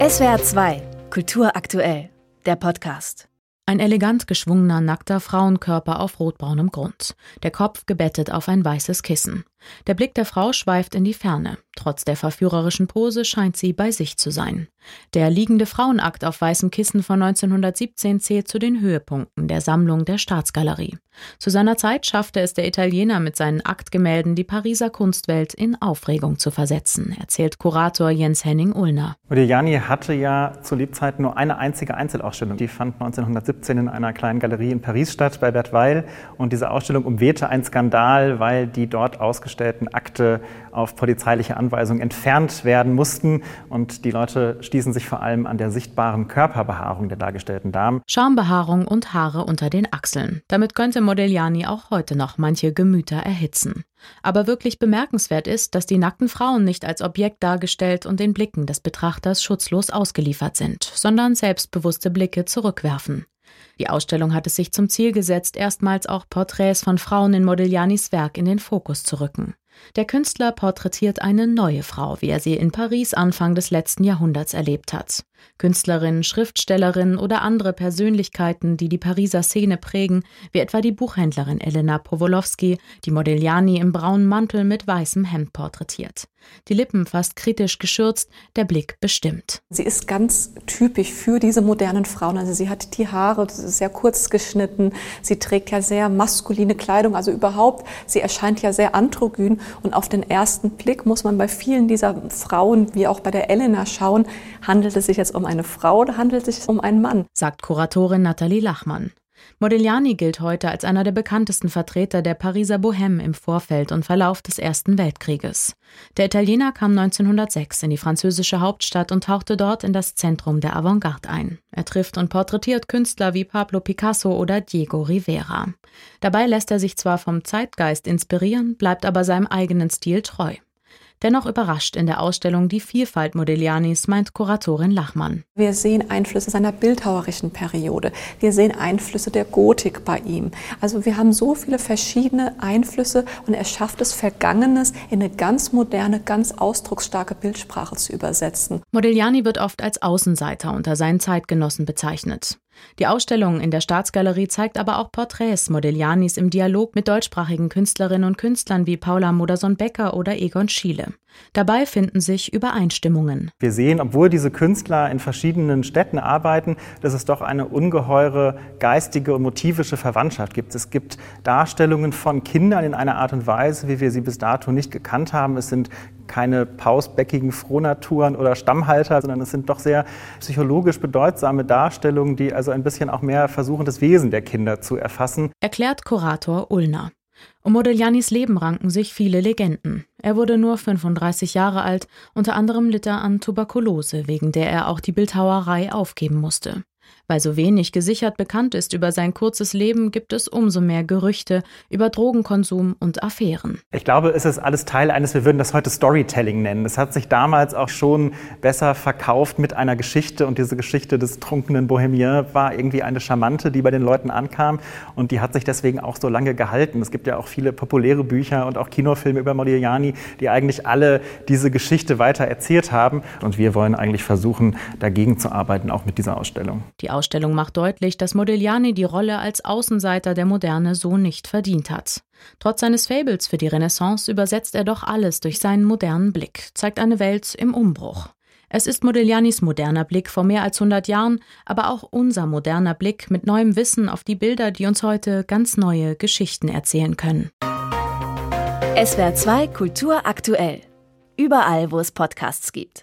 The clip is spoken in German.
SWR 2, Kultur aktuell, der Podcast. Ein elegant geschwungener, nackter Frauenkörper auf rotbraunem Grund. Der Kopf gebettet auf ein weißes Kissen. Der Blick der Frau schweift in die Ferne. Trotz der verführerischen Pose scheint sie bei sich zu sein. Der liegende Frauenakt auf weißem Kissen von 1917 zählt zu den Höhepunkten der Sammlung der Staatsgalerie. Zu seiner Zeit schaffte es der Italiener mit seinen Aktgemälden, die Pariser Kunstwelt in Aufregung zu versetzen, erzählt Kurator Jens-Henning Ullner. Modigliani hatte ja zu Lebzeiten nur eine einzige Einzelausstellung. Die fand 1917 in einer kleinen Galerie in Paris statt, bei Bert Weil. Und diese Ausstellung umwehte ein Skandal, weil die dort ausgestellten Akte auf polizeiliche Anweisung entfernt werden mussten. Und die Leute stießen sich vor allem an der sichtbaren Körperbehaarung der dargestellten Damen. Schambehaarung und Haare unter den Achseln. Damit könnte Modigliani auch heute noch manche Gemüter erhitzen. Aber wirklich bemerkenswert ist, dass die nackten Frauen nicht als Objekt dargestellt und den Blicken des Betrachters schutzlos ausgeliefert sind, sondern selbstbewusste Blicke zurückwerfen. Die Ausstellung hat es sich zum Ziel gesetzt, erstmals auch Porträts von Frauen in Modiglianis Werk in den Fokus zu rücken. Der Künstler porträtiert eine neue Frau, wie er sie in Paris Anfang des letzten Jahrhunderts erlebt hat. Künstlerinnen, Schriftstellerinnen oder andere Persönlichkeiten, die die Pariser Szene prägen, wie etwa die Buchhändlerin Elena Powolowski, die Modigliani im braunen Mantel mit weißem Hemd porträtiert. Die Lippen fast kritisch geschürzt, der Blick bestimmt. Sie ist ganz typisch für diese modernen Frauen. Also sie hat die Haare sehr kurz geschnitten, sie trägt ja sehr maskuline Kleidung, also überhaupt, sie erscheint ja sehr androgyn. Und auf den ersten Blick muss man bei vielen dieser Frauen, wie auch bei der Elena, schauen, handelt es sich jetzt um eine Frau oder handelt es sich um einen Mann? Sagt Kuratorin Nathalie Lachmann. Modigliani gilt heute als einer der bekanntesten Vertreter der Pariser Bohème im Vorfeld und Verlauf des Ersten Weltkrieges. Der Italiener kam 1906 in die französische Hauptstadt und tauchte dort in das Zentrum der Avantgarde ein. Er trifft und porträtiert Künstler wie Pablo Picasso oder Diego Rivera. Dabei lässt er sich zwar vom Zeitgeist inspirieren, bleibt aber seinem eigenen Stil treu. Dennoch überrascht in der Ausstellung die Vielfalt Modiglianis, meint Kuratorin Lachmann. Wir sehen Einflüsse seiner bildhauerischen Periode. Wir sehen Einflüsse der Gotik bei ihm. Also wir haben so viele verschiedene Einflüsse und er schafft es, Vergangenes in eine ganz moderne, ganz ausdrucksstarke Bildsprache zu übersetzen. Modigliani wird oft als Außenseiter unter seinen Zeitgenossen bezeichnet. Die Ausstellung in der Staatsgalerie zeigt aber auch Porträts Modiglianis im Dialog mit deutschsprachigen Künstlerinnen und Künstlern wie Paula Modersohn-Becker oder Egon Schiele. Dabei finden sich Übereinstimmungen. Wir sehen, obwohl diese Künstler in verschiedenen Städten arbeiten, dass es doch eine ungeheure geistige und motivische Verwandtschaft gibt. Es gibt Darstellungen von Kindern in einer Art und Weise, wie wir sie bis dato nicht gekannt haben. Es sind keine pausbäckigen Frohnaturen oder Stammhalter, sondern es sind doch sehr psychologisch bedeutsame Darstellungen, die also ein bisschen auch mehr versuchen, das Wesen der Kinder zu erfassen. Erklärt Kurator Ullner. Um Modiglianis Leben ranken sich viele Legenden. Er wurde nur 35 Jahre alt, unter anderem litt er an Tuberkulose, wegen der er auch die Bildhauerei aufgeben musste. Weil so wenig gesichert bekannt ist über sein kurzes Leben, gibt es umso mehr Gerüchte über Drogenkonsum und Affären. Ich glaube, es ist alles Teil eines, wir würden das heute Storytelling nennen. Es hat sich damals auch schon besser verkauft mit einer Geschichte und diese Geschichte des trunkenen Bohemien war irgendwie eine charmante, die bei den Leuten ankam und die hat sich deswegen auch so lange gehalten. Es gibt ja auch viele populäre Bücher und auch Kinofilme über Modigliani, die eigentlich alle diese Geschichte weiter erzählt haben und wir wollen eigentlich versuchen, dagegen zu arbeiten, auch mit dieser Ausstellung. Die Ausstellung macht deutlich, dass Modigliani die Rolle als Außenseiter der Moderne so nicht verdient hat. Trotz seines Fables für die Renaissance übersetzt er doch alles durch seinen modernen Blick, zeigt eine Welt im Umbruch. Es ist Modiglianis moderner Blick vor mehr als 100 Jahren, aber auch unser moderner Blick mit neuem Wissen auf die Bilder, die uns heute ganz neue Geschichten erzählen können. SWR 2 Kultur aktuell. Überall, wo es Podcasts gibt.